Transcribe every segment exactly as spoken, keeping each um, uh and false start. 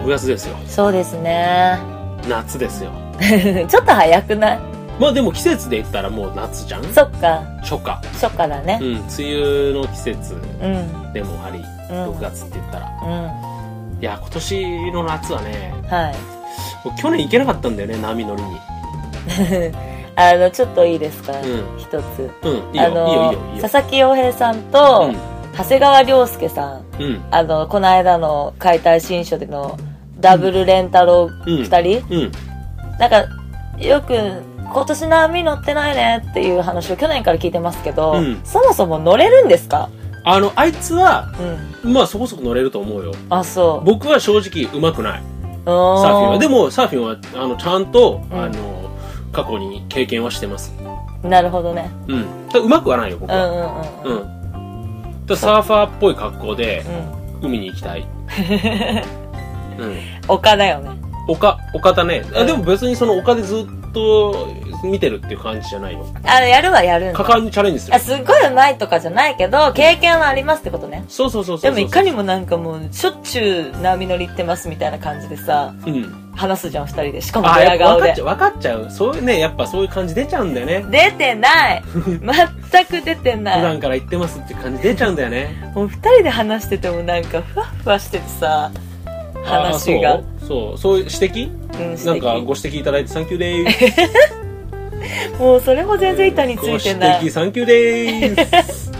くがつですよ。 そうですね。 夏ですよ。 ちょっと早くない？ まあでも季節で言ったらもう夏じゃん。 そっか。 初夏。 初夏だね。 うん、梅雨の季節うん。 でもあり、 うん、 ろくがつって言ったら。 うん。 いや、今年の夏はね、 はい。 去年行けなかったんだよね、波乗りに。 あの、ちょっといいですか、 うん、 一つ。 うん、いいよ、 あのいいよ、いいよ、いいよ。 佐々木陽平さんと、うん、長谷川亮介さん。 うん。 あの、この間の解体新書でのダブルレンタロウ二人、 うん。うん。 なんか、よく、今年波乗ってないねっていう話を去年から聞いてますけど、うん、そもそも乗れるんですか？ あの、あいつは、 うん、 まあそこそこ乗れると思うよ。 あ、そう。 僕は正直上手くない。サーフィンは。でも、サーフィンは、あの、ちゃんと、うん、あの、過去に経験はしてます。 なるほどね。 うん。ただ上手くはないよ、僕は。うんうんうん。うん。だサーファーっぽい格好で、うん、海に行きたい。 うん。丘だよね。 丘、丘だね。あ、でも別にその丘でずっと見てるっていう感じじゃないよ。 あの、やるはやるんだ。 果敢にチャレンジする。 あ、すっごい上手いとかじゃないけど、経験はありますってことね。 そうそうそうそう。 でもいかにもなんかもう、しょっちゅう波乗り行ってますみたいな感じでさ、うん。話すじゃん、二人で。しかもドヤ顔で。 分かっちゃう。そういうね、やっぱそういう感じ出ちゃうんだよね。 出てない全く出てない。 普段から言ってますって感じ出ちゃうんだよね。 もう二人で話しててもなんか、ふわふわしててさ、話が。 そう、そういう指摘、うん、なんかご指摘いただいてサンキューでーす。もうそれも全然板についてない。 ご指摘サンキューでーす。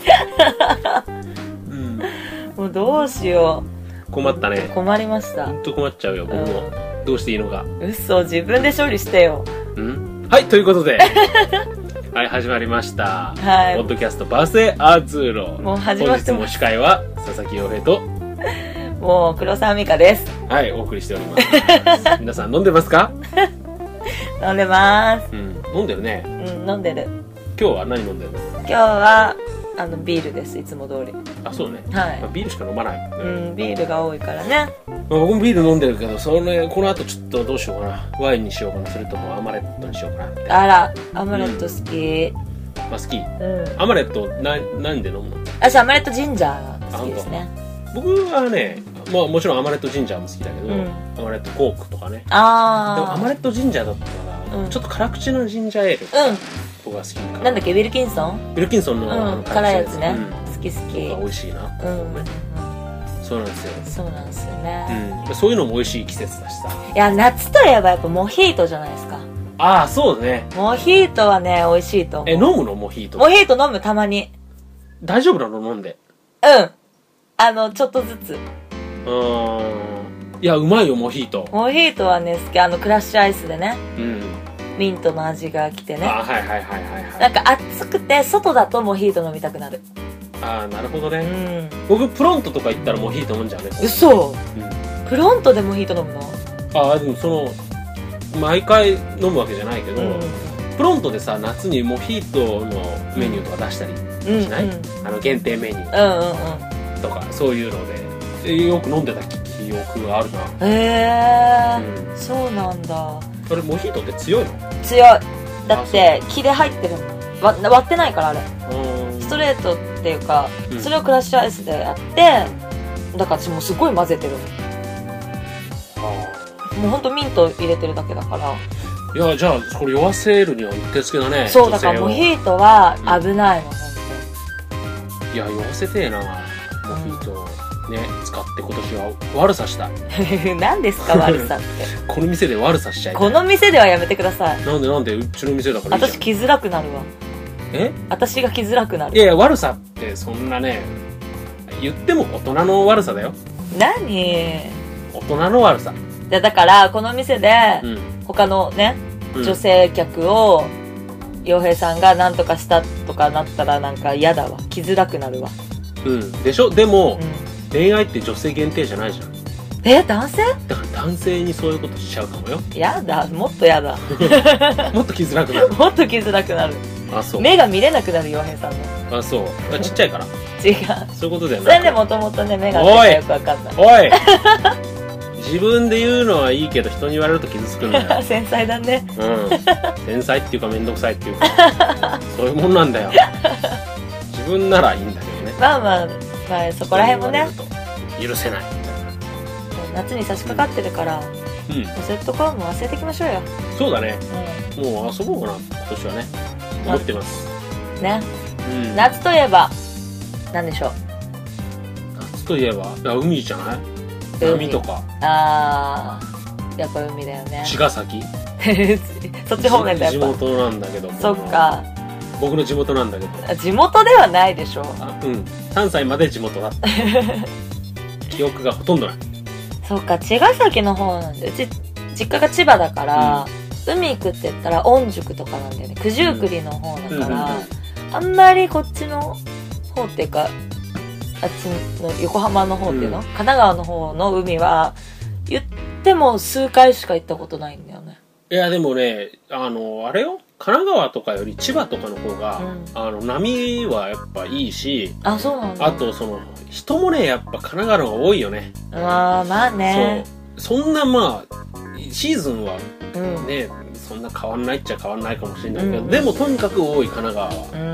うん、もうどうしよう。困ったね。 困りました。 ほんと困っちゃうよ、僕も。うん、どうしていいのか。 嘘、自分で処理してよ。 んはい、ということで。はい、始まりました。はい。ポッドキャストバースデーアーツーロ。 もう始まってます。 本日も司会は佐々木陽平と、 もう黒沢美香です。 はい、お送りしております。皆さん飲んでますか？ 飲んでます。 うん、飲んでるね。 うん、飲んでる。 今日は何飲んでるの？ 今日はあのビールです、いつも通り。 あ、そうね。 はい。 まあ、ビールしか飲まない。 うん、ビールが多いからね。 まあ、僕もビール飲んでるけど、それこの後ちょっとどうしようかな。ワインにしようかな、それともアマレットにしようかなって。 あら、アマレット好き。 うん、まあ好き。 うん。 アマレットな何で飲むの？ 私アマレットジンジャーが好きですね。 僕はね、まあもちろんアマレットジンジャーも好きだけど、うん、アマレットコークとかね。 ああ。 でもアマレットジンジャーだったら、うん、ちょっと辛口のジンジャーエール。うん。僕が好きかな。 なんだっけ、ウィルキンソン？ ウィルキンソンの、 うん、あの辛いやつね。うん、好き好き。 美味しいな。うん。ね、そうなんですよ。 そうなんですよね。 うん。そういうのも美味しい季節だしさ。 いや、夏といえばやっぱモヒートじゃないですか。 ああ、そうだね。 モヒートはね、美味しいと思う。 え、飲むのモヒート？ モヒート飲む、たまに。 大丈夫なの飲んで？ うん。あの、ちょっとずつ。 うーん。いや、うまいよ、モヒート。 モヒートはね、好き。あの、クラッシュアイスでね。 うん。 ミントの味が来てね。 あ、はいはいはいはいはい。 なんか暑くて、外だとモヒート飲みたくなる。 ああ、なるほどね。 うん。 僕、プロントとか行ったらモヒート飲んじゃうね。 嘘。 うん。 プロントでモヒート飲むの？ ああ、でもその、毎回飲むわけじゃないけど、うん、プロントでさ、夏にモヒートのメニューとか出したりしない？うんうん、あの、限定メニュー。 うんうんうん。 とか、そういうので、よく飲んでた記憶があるな。 へー、うん、そうなんだ。 それモヒートって強いの？ 強い。だって木で入ってるもん。割ってないからあれ。ストレートっていうか、うん、それをクラッシュアイスでやって、だから私もうすごい混ぜてるの。もうほんとミント入れてるだけだから。 いや、じゃあこれ酔わせるにはうってつけだね。 そう、だからモヒートは危ないの、うん、ほんと。いや、酔わせてえな、モヒート。うん、ね、使って今年は悪さしたい。 何ですか悪さって。 この店で悪さしちゃい。 この店ではやめてください。 なんでなんで、うちの店だからいいじゃん。 私来づらくなるわ。 え？ 私が来づらくなる。 いやいや、悪さってそんなね、言っても大人の悪さだよ。 何？ 大人の悪さ。 で、だからこの店で他のね、うん、女性客を洋平さんが何とかしたとかなったらなんか嫌だわ。来づらくなるわ。 うん。でしょ？でも、うん、恋愛って女性限定じゃないじゃん。 え、男性？ だから男性にそういうことしちゃうかもよ。 やだ、もっとやだ。 もっと来づらくなる。 もっと来づらくなる。 あ、そう。 目が見れなくなる、洋平さんの。 あ、そう。ちっちゃいから。 違う。 そういうことだよね。 それでもともとね、目がよくわかんない。 おい自分で言うのはいいけど、人に言われると傷つくんだよ。 繊細だね。 うん。繊細っていうかめんどくさいっていうか、そういうもんなんだよ。自分ならいいんだけどね。 まあまあ、まあ、そこら辺もね。 許せない。 夏に差し掛かってるから、うん、そういうところも忘れていきましょうよ。 そうだね、うん、もう遊ぼうかな今年はね、思ってますね、うん、夏といえば何でしょう。 夏といえばいや海じゃない？海とか。 あー、やっぱ海だよね。 茅ヶ崎そっち方面だよ。 地元なんだけども。 そっか、 僕の地元なんだけど。 地元ではないでしょ。 あ、うん、さんさいまで地元だった記憶がほとんどない。そっか、茅ヶ崎の方なんで、うち実家が千葉だから、うん、海行くって言ったら御宿とかなんだよね。九十九里の方だから、うん、あんまりこっちの方っていうか、あっちの横浜の方っていうの、うん、神奈川の方の海は言っても数回しか行ったことないんだよね。 いやでもね、あのあれよ、神奈川とかより千葉とかの方が、うん、あの波はやっぱいいし、 あ、そうなんだ。 あとその人もね、やっぱ神奈川の方が多いよね。 ああ、まあね。 そう、そんなまあシーズンはね、うん、そんな変わんないっちゃ変わんないかもしれないけど、うん、でもとにかく多い神奈川は。うん、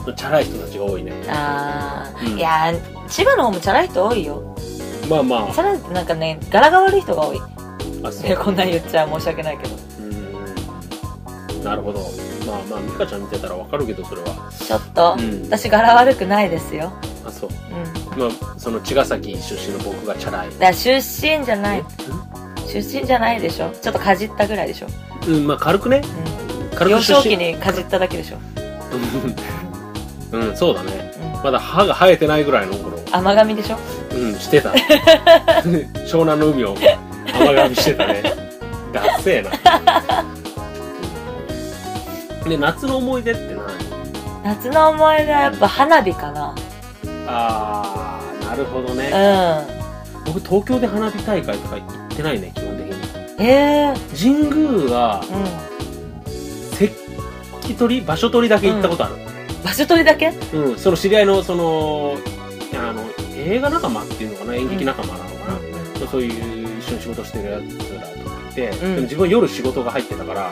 うん、チャラい人たちが多いね。 ああ、うん、いや千葉の方もチャラい人多いよ。 まあまあ。 チャラいってなんかね、柄が悪い人が多い。あ、そう。こんなん言っちゃ申し訳ないけど。 うん。なるほど。まあまあ、美香ちゃん見てたらわかるけど、それは。 ちょっと、うん、私柄悪くないですよ。 あ、そう。うん。まあ、その茅ヶ崎出身の僕がチャラい。 だ出身じゃない。出身じゃないでしょ。ちょっとかじったぐらいでしょ。 うん、まあ軽くね。 うん。軽く幼少期にかじっただけでしょ。 うん、そうだね。うん、まだ歯が生えてないぐらいの頃。 甘噛みでしょ。 うん、してた。湘南の海を甘噛みしてたね。ダッセーな。で、夏の思い出って何？ 夏の思い出はやっぱ花火かな。 あー、なるほどね。 うん。 僕東京で花火大会とか行ってないね、基本的に。 えー。 神宮は、うん、石器取り場所取りだけ行ったことある。 うん、場所取りだけ？ うん、その知り合いの、その、あの、映画仲間っていうのかな、演劇仲間なのかな。うん、そういう一緒に仕事してるやつらといて、うん、でも自分は夜仕事が入ってたから、うん、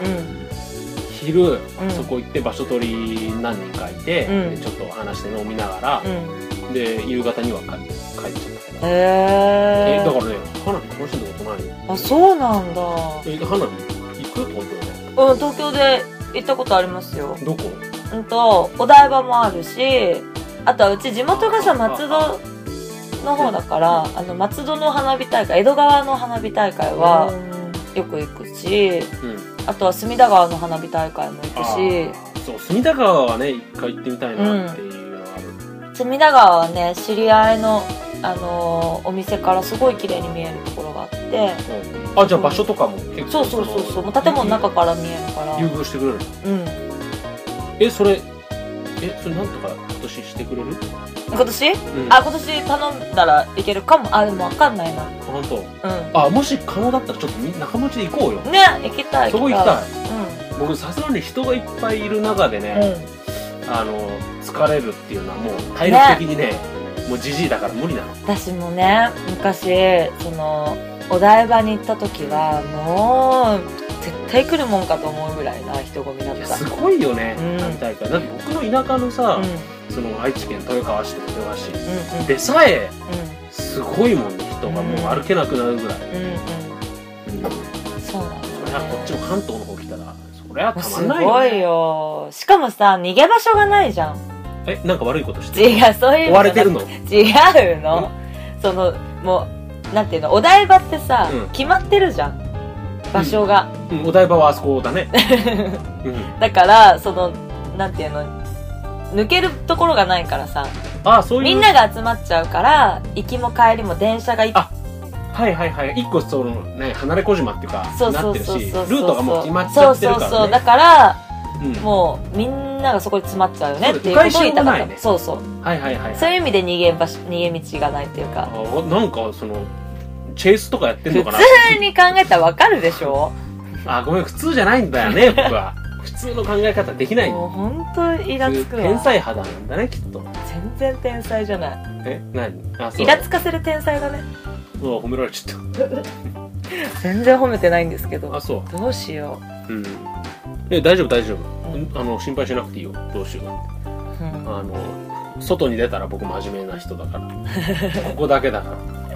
昼、うん、そこ行って場所取り何人かいて、うん、でちょっと話して飲みながら、うん、で、夕方には帰っちゃったけど。 へー。 えー、だからね、花火楽しんだことないよ。 あ、そうなんだ。 え、花火行く？東京で。 うん、東京で行ったことありますよ。 どこ？ うんと、お台場もあるし、あとはうち地元がさ、松戸の方だから、あの、松戸の花火大会、江戸川の花火大会はよく行くし、うん、あとは隅田川の花火大会も行くし。 そう、隅田川はね、一回行ってみたいなっていうのはある。 うん、隅田川はね、知り合いの、あのー、お店からすごい綺麗に見えるところがあって。 うん、あ、じゃあ場所とかも結構。 そうそうそうそう、もう建物の中から見えるから。 優遇してくれる。 うん。 え、それ、え、それなんとか今年してくれる？ 今年、うん、あ、今年頼んだらいけるかも。あ、でもわかんないな。 本当。 うん。 あ、もし可能だったらちょっと仲間内で行こうよ。 ね、行きたい。 そこ行きたい。うん。僕さすがに人がいっぱいいる中でね、うん、あの疲れるっていうのはもう体力的にね、ね、もうじじいだから無理なの。 私もね、昔そのお台場に行った時はもう絶対来るもんかと思うぐらいな人混みだった。 すごいよね、花火大会。だって僕の田舎のさ、うん、その愛知県豊川市とか豊橋市、うんうん、でさえ、うん、すごいもんね、人がもう歩けなくなるぐらい。うんうんうん、 そうなんだ、ね。 それはこっちの関東の方来たらそれはたまんないよ、ね。 すごいよ。しかもさ、逃げ場所がないじゃん。 え、なんか悪いことしてる？ 違う、そういう追われてるの？ 違うの。そのもうなんていうの、お台場ってさ、うん、決まってるじゃん、場所が、 うんうん、お台場はあそこだね、 うん、だからそのなんていうの、抜けるところがないからさ、 あ、そういうみんなが集まっちゃうから行きも帰りも電車がいっあ、はいはいはい、一個そのね、離れ小島っていうかなってるし、ルートがもう決まっちゃってるからね。そうそうそう、だから、うん、もうみんながそこに詰まっちゃうよねっていうことを言いたかった、ね、そうそう、はいはいはい、はい、そういう意味で逃げ場所、逃げ道がないっていうか、あ、なんかそのチェイスとかやってんのかな。 普通に考えたらわかるでしょ。 あ、ごめん、普通じゃないんだよね僕は。普通の考え方できない。 もう本当イラつくわ。 天才肌なんだね、きっと。 全然天才じゃない。 え、何？あ、そう。 イラつかせる天才だね。 もう褒められちゃった。 全然褒めてないんですけど。 あ、そう。 どうしよう。うん。 え、大丈夫大丈夫、うん、あの心配しなくていいよ、どうしよう、うん、あの外に出たら僕真面目な人だからここだけだから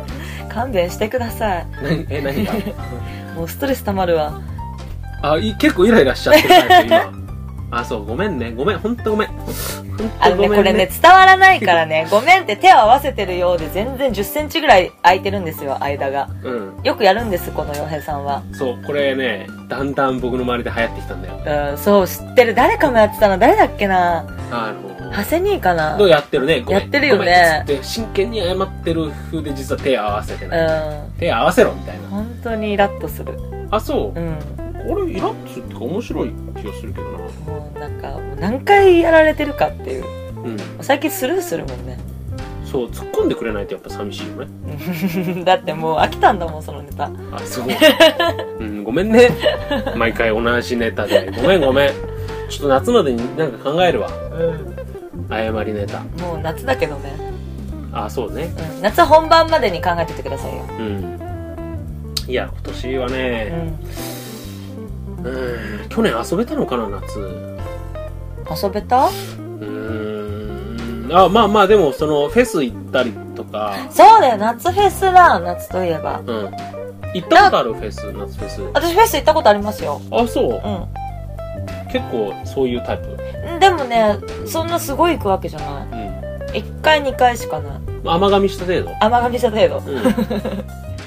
勘弁してください。 何え何がもうストレス溜まるわ。 あい結構イライラしちゃってるタイプ今。あそうごめんねごめん本当ごめん。 あのねこれね伝わらないからねごめんって手を合わせてるようで全然じゅっセンチぐらい空いてるんですよ間が、うん、よくやるんですこの洋平さんは。 そうこれねだんだん僕の周りで流行ってきたんだよ。 うんそう知ってる。誰かもやってたの誰だっけな。 あのハセニーかな。 どうやってるねやってるよね。 で真剣に謝ってる風で実は手合わせてない、うん、手合わせろみたいな。 本当にイラッとする。 あそう、 うん、 俺イラッとするっていうか面白い気がするけどな。 もうなんかもう何回やられてるかっていう、 うん、 最近スルーするもんね。 そう突っ込んでくれないとやっぱ寂しいよね。 だってもう飽きたんだもんそのネタ。 あそう、うん、ごめんね毎回同じネタでごめんごめん。ちょっと夏までになんか考えるわ、うん、謝りネタ。 もう夏だけどね。 あそうね、 うん、夏本番までに考えててくださいよ。 うん。いや今年はね、うん、うん去年遊べたのかな夏。 遊べた？ うーんあまあまあでもそのフェス行ったりとか。 そうだよ夏フェスだ夏といえば。 うん。行ったことあるフェス夏フェス。 私フェス行ったことありますよ。 あそう。 うん。 結構そういうタイプ。 でもねそんなすごい行くわけじゃない。うん。いっかいにかいしかない。 甘噛みした程度。 甘噛みした程度。うん、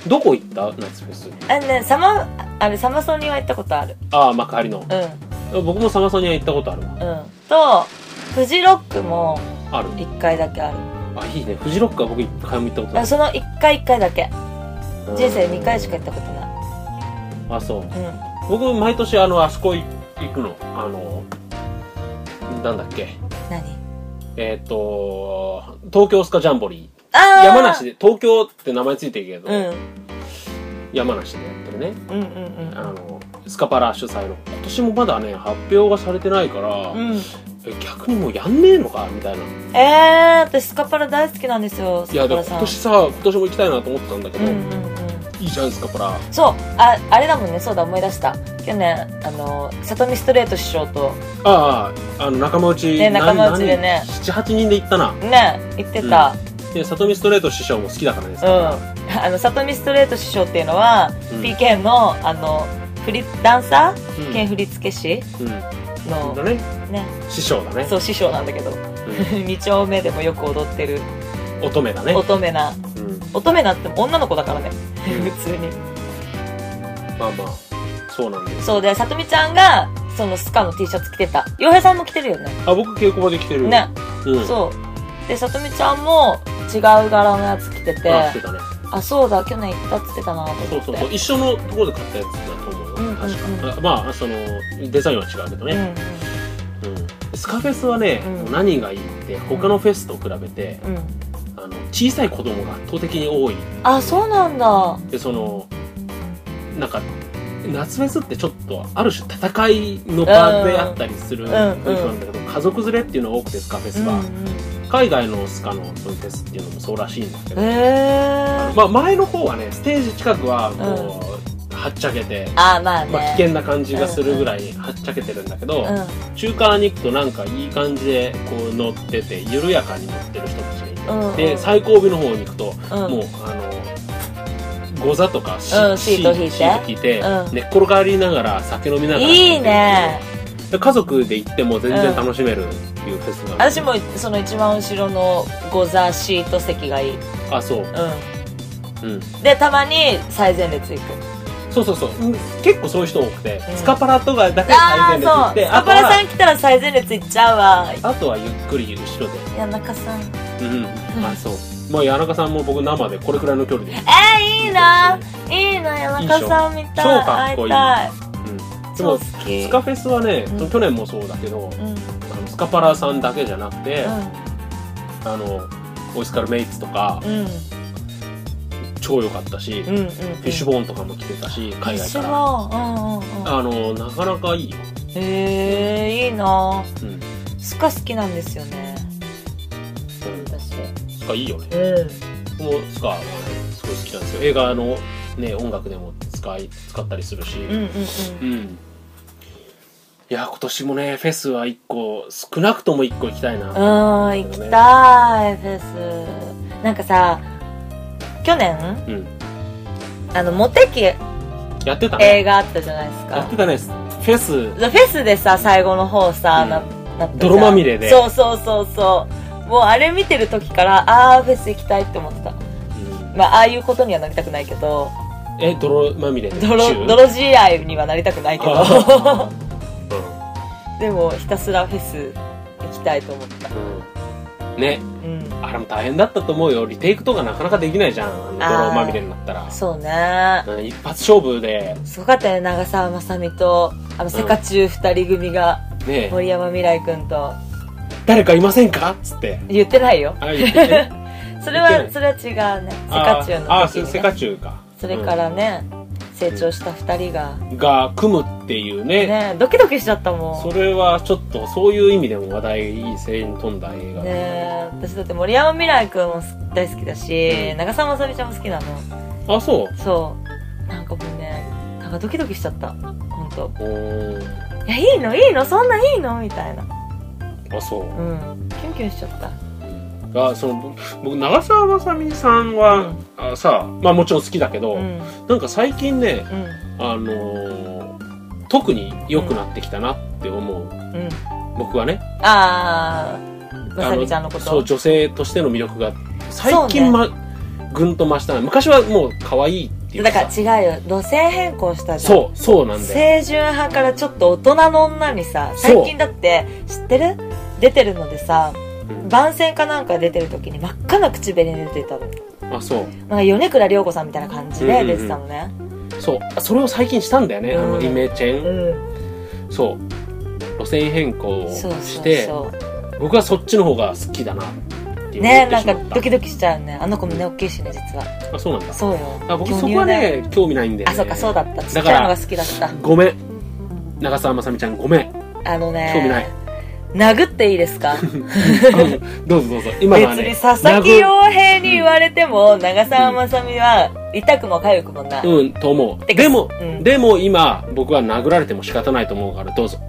どこ行った夏フェス？ あのねサマあれサマソニは行ったことある。 ああ幕張の。 うん。 僕もサマソニは行ったことあるわ。 うん。とフジロックもある。 いっかいだけある。 あいいねフジロックは僕いっかいも行ったことある。 そのいっかいいっかいだけ。人生にかいしか行ったことない。 あそう。うん。 僕毎年あのあそこ行くのあのなんだっけ。 何？ えっ、ー、と東京スカジャンボリー。山梨で東京って名前ついてるけど、うん、山梨でやってるね、 うんうんうん、 あのスカパラ主催の今年もまだね発表がされてないから、うん、え逆にもうやんねえのかみたいな。 えー、私スカパラ大好きなんですよ。 いやでも今年さ今年も行きたいなと思ってたんだけど、うんうんうん、いいじゃんスカパラ。 そうああれだもんね。そうだ思い出した。去年あの里見ストレート師匠とあああの仲間内ね仲間内でねななはちにんで行ったなね行ってた、 うん、で里見ストレート師匠も好きだからですから、うん、 あの里見ストレート師匠っていうのは、うん、ピーケー のあのフリダンサー、うん、兼振付師の、 うんねね、 師匠だね。 そう師匠なんだけど、うん、に丁目でもよく踊ってる乙女だね。 乙女な、うん、乙女なって女の子だからね、うん、普通にまあまあそうなんです。 そうで、さとみちゃんがそのスカの T シャツ着てた。洋平さんも着てるよね。 あ、僕稽古場で着てるね、うん、そうで、さとみちゃんも違う柄のやつ着てて、 あ、着てたね。 あ、そうだ、去年行ったっつってたなと思って。 そうそうそう、一緒のところで買ったやつだと思うよ、うんうんうん、確か。まあそのデザインは違うけどね、うんうんうん、スカフェスはね、うん、何がいいって他のフェスと比べて、うん、あの小さい子供が圧倒的に多い。 あ、そうなんだ。 で、そのなんか夏フェスってちょっとある種戦いの場であったりする雰囲気なんだけど、うんうん、家族連れっていうのが多くてスカフェスは、うんうん、海外のスカのフェスっていうのもそうらしいんだけど、 へー、 まあ、前の方はねステージ近くはこう、うん、はっちゃけて、 あ、まあね、 まあ、危険な感じがするぐらいはっちゃけてるんだけど、うん、中間に行くとなんかいい感じでこう乗ってて緩やかに乗ってる人たちがいて、うんうん、で最後尾の方に行くと、うん、もうあのゴザとかシ、 うん、シート引いて、 シート引いて、うん、寝っ転がりながら酒飲みながら、 いいね。 家族で行っても全然楽しめるっていうフェスが、 うん、私もその一番後ろのゴザシート席がいい。 あ、そう、 うん、うん、でたまに最前列行く。 そうそうそう、結構そういう人多くて、うん、スカパラとかだけ最前列行って、 スカパラさん来たら最前列行っちゃうわ。 あとはゆっくり後ろで。 谷中さん、 うん、あ、そう、まあ、谷中さんも僕生でこれくらいの距離で。 えー、いいな、いいな、谷中さん見たい。 超かっこいい。 会いたい。 うん、でもスカフェスはね、うん、去年もそうだけど、うん、あのスカパラさんだけじゃなくて、うん、あのオイスカルメイツとか、うん、超良かったし、うんうんうん、フィッシュボーンとかも来てたし、海外から、うんうんうん、あのなかなかいいよ。 へえ、いいな、うん、スカ好きなんですよね、 うん、私スカいいよね、うん、もうスカは、ね、すごい好きなんですよ。映画の、ね、音楽でも使い使ったりするし、うんうんうんうん、いや今年もねフェスはいっこ少なくともいっこ行きたいな、 うん、行きたいフェス。なんかさ去年、うん、 あの、モテ期やってたね。 映画あったじゃないですか。 やってたね。フェス。 フェスでさ、最後の方さ、うん、な、なった泥まみれで。 そうそうそうそう。もうあれ見てる時から、あー、フェス行きたいって思ってた。うん、まあ、ああいうことにはなりたくないけど。 え、泥まみれで泥、泥試合にはなりたくないけど。うん、でも、ひたすらフェス行きたいと思った。 うん、ね。うん。あれも大変だったと思うよ。リテイクとかなかなかできないじゃん。あの泥まみれになったら。 そうね。 一発勝負で。 すごかったよね、長澤まさみと、あの、セカチュウ二人組が、うん、ね、森山未來くんと。 誰かいませんかつって。 言ってないよ。 あ、言ってね。 それは、それは違うね。セカチュウの時に、ね。 あ、セカチュウか。 それからね、うん、成長した二人が。 が、組むっていうね。 ね、ドキドキしちゃったもん。 それはちょっと、そういう意味でも話題、いい声援に富んだ映画。 ね、私だって森山未来くんも大好きだし、うん、長澤まさみちゃんも好きなの。 あ、そう？ そう。なんかもうね、なんかドキドキしちゃった。ほんと。 おー。 いや、いいのいいのそんないいのみたいな。 あ、そう。 うん。キュンキュンしちゃった。 あ、その僕長澤まさみさんは、うん、あさまあもちろん好きだけど、うん、なんか最近ね、うん、あのー、特に良くなってきたなって思う、うん、僕はね。 ああ、まさみちゃんのこと。 そう女性としての魅力が最近ま、ね、ぐんと増した。昔はもう可愛いっていうか。 だから違うよ、路線変更したじゃん。 そうそうなんだよ。 清純派からちょっと大人の女にさ、最近だって知ってる？出てるのでさ。番宣かなんか出てる時に真っ赤な口紅で出てたの。 あ、そう。 なんか米倉涼子さんみたいな感じで出てたのね。 うんうんうん、そう。それを最近したんだよね、うん、あのイメチェン、うん。そう。路線変更をして、そうそうそう、僕はそっちの方が好きだなっていう。 ね、なんかドキドキしちゃうね。あの子もね、大きいしね、実は。 あ、そうなんだ。 そうよ。 あ、僕そこはね、興味ないんで、ね。 あ、そうか、そうだった。ちっちゃいのが好きだった。 ごめん。長澤まさみちゃんごめん。 あのね。 興味ない。 殴っていいですか？ どうぞどうぞ。今のはね、 別に佐々木陽平に言われても、長澤まさみは痛くも痒くもない。 うん、と思う。でも、うん、でも今、僕は殴られても仕方ないと思うから、どうぞ。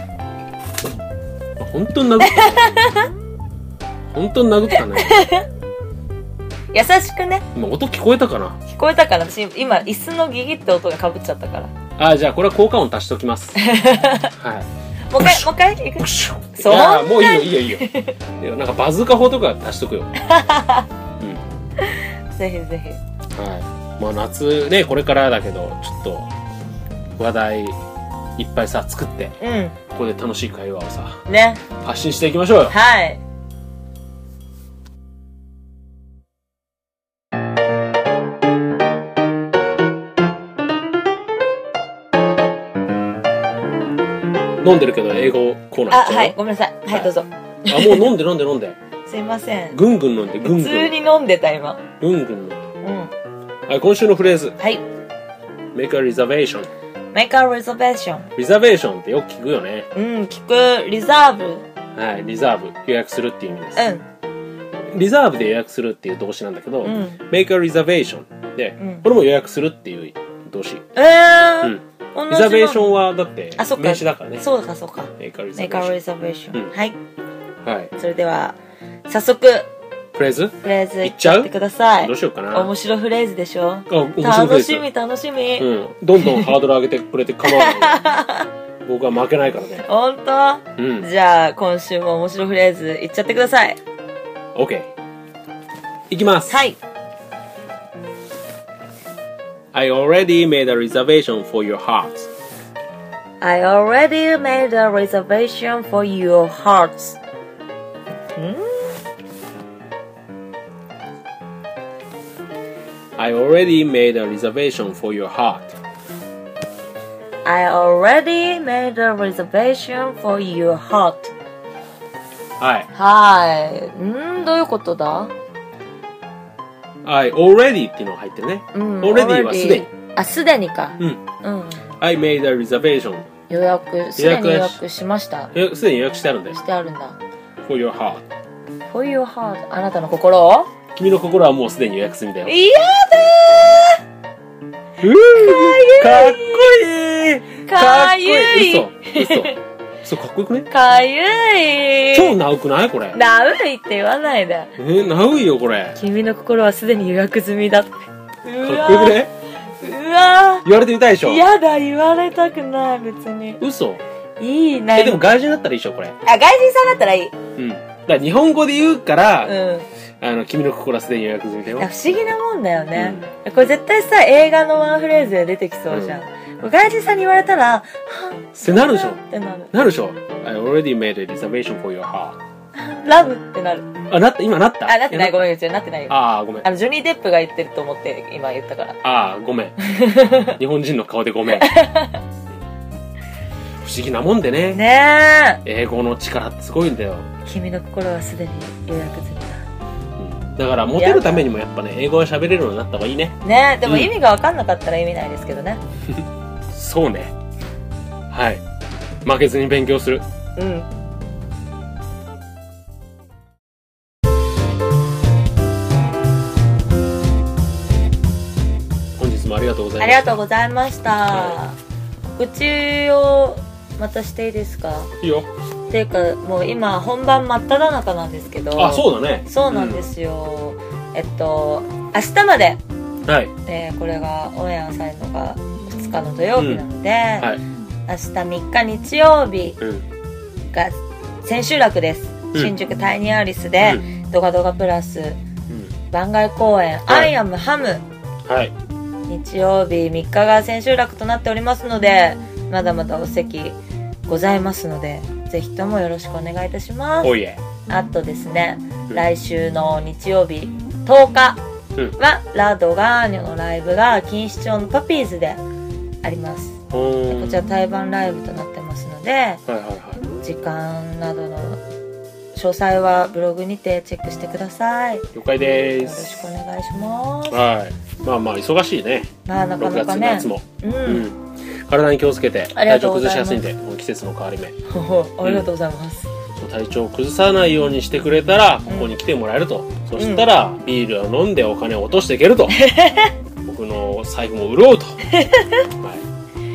本当に殴ったね。本当に殴ったね。 優しくね。 今音聞こえたかな？ 聞こえたかな？私今、椅子のギギって音が被っちゃったから。 あ、じゃあこれは効果音足しときます。はい。 もう一回、もう一回行く。 そう。いや、もういいよ、いいよ、いいよ。いや、なんかバズーカ砲とか足しとくよ。うん。 ぜひぜひ。 はい。まあ夏ね、これからだけど、ちょっと、話題いっぱいさ、作って、うん。ここで楽しい会話をさ、 ね。 発信していきましょうよ。 はい。 飲んでるけど英語コーナー行っちゃう。 あ、はい、ごめんなさい。はい、どうぞ。あ、 もう飲んで飲んで飲んで。 すいません。 ぐんぐん飲んで、ぐんぐん。 普通に飲んでた、今。 ぐんぐん飲んで。うん。はい、今週のフレーズ。 はい。 make a reservation。 make a reservation。 リザベーションってよく聞くよね。 うん、聞く。リザーブ。 はい、リザーブ。予約するっていう意味です。うん。リザーブで予約するっていう動詞なんだけど、うん、make a reservation で、うん、これも予約するっていう動詞。 えー。うん。 リザベーションはだって名詞だからね。 そうかそうか。 メーカーリザベーション。はい。 はい。 それでは早速フレーズ？ フレーズいっちゃってください。 どうしようかな。 面白フレーズでしょ。 あ、面白フレーズ。 楽しみ楽しみ。 うん。どんどんハードル上げてくれて構わない。僕は負けないからね。 本当？うん。じゃあ今週も面白フレーズいっちゃってください。 OK。いきます。 はい。 I already made a reservation for your heart. I already made a reservation for your hearts. ん I already made a reservation for your heart. I already made a reservation for your heart. はい。 はい。んどういうことだ I already っていうのが入ってるね。うん、already はすでに。 あ、すでにか。 うん。うん。I made a reservation. 予約、すでに予約しました。 すでに予約してあるんだよ。 してあるんだ。 For your heart. For your heart. あなたの心を君の心はもうすでに予約済みだよ。 いやだーうーかっこいいかゆい嘘、嘘。そう、かっこよくねかゆい超ナウくないこれ。 ナウいって言わないで。 えー、ナウいよこれ。 君の心はすでに予約済みだって。かっこよくねうわ言われてみたいでしょ。 やだ、言われたくない、別に。 嘘。 いいな。 え、でも外人だったらいいでしょ、これ。 あ、外人さんだったらいい。 うん。だから日本語で言うから、 うん。 あの、君の心はすでに予約済みだよ。 不思議なもんだよね。うん、これ絶対さ、映画のワンフレーズで出てきそうじゃん。うん、外人さんに言われたら、はぁってなるでしょ。 ってなる。 なるでしょ。I already made a reservation for your heart. ラブってなる。 あ、なった、今なった。 あ、なってない、ごめん、なってないよ。 ああ、ごめん。 あの、ジョニー・デップが言ってると思って今言ったから。 ああ、ごめん。日本人の顔でごめん。不思議なもんでね。 ねえ。英語の力ってすごいんだよ。 君の心はすでに予約済みだ。 だからモテるためにもやっぱね、英語が喋れるようになった方がいいね。 ね、でも意味が分かんなかったら意味ないですけどね。 そうね。はい。負けずに勉強する。 うん。 本日もありがとうございました。 ありがとうございました。はい、告知をまたしていいですか？ いいよ。 っていうかもう今本番真っ只中なんですけど。 あ、そうだね。 そうなんですよ。うん、えっと明日まで。 はい。 でこれがオンエアされるのがふつかの土曜日なので、うん、はい、明日みっか日曜日が千秋楽です。うん、新宿タイニーアリスで、うん、ドガドガプラス、うん、番外公演、はい、アイアムハム。はい。日曜日みっかが千秋楽となっておりますので、まだまだお席ございますので、ぜひともよろしくお願いいたします。 おいえ。 あとですね、うん、来週の日曜日とおかは、うん、ラ・ドガーニョのライブが錦糸町のパピーズであります。でこちら対バンライブとなってますので、はいはいはい、時間などの詳細はブログにてチェックしてください。 了解です。 よろしくお願いします。 はい。まあまあ忙しいね。 まあなかなかね。 ろくがつ夏も。うん。うん、体に気をつけて、体調崩しやすいんで、もう季節の変わり目。 ありがとうございます。 うん、体調を崩さないようにしてくれたら、ここに来てもらえると。うん、そしたら、ビールを飲んでお金を落としていけると。僕の財布も潤うと。はい。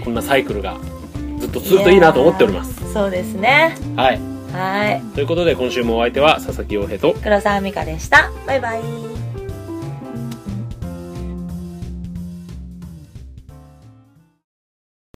こんなサイクルがずっと続くといいなと思っております。 そうですね。 はい。 はい。 ということで、今週もお相手は佐々木陽平と黒沢美香でした。バイバイ。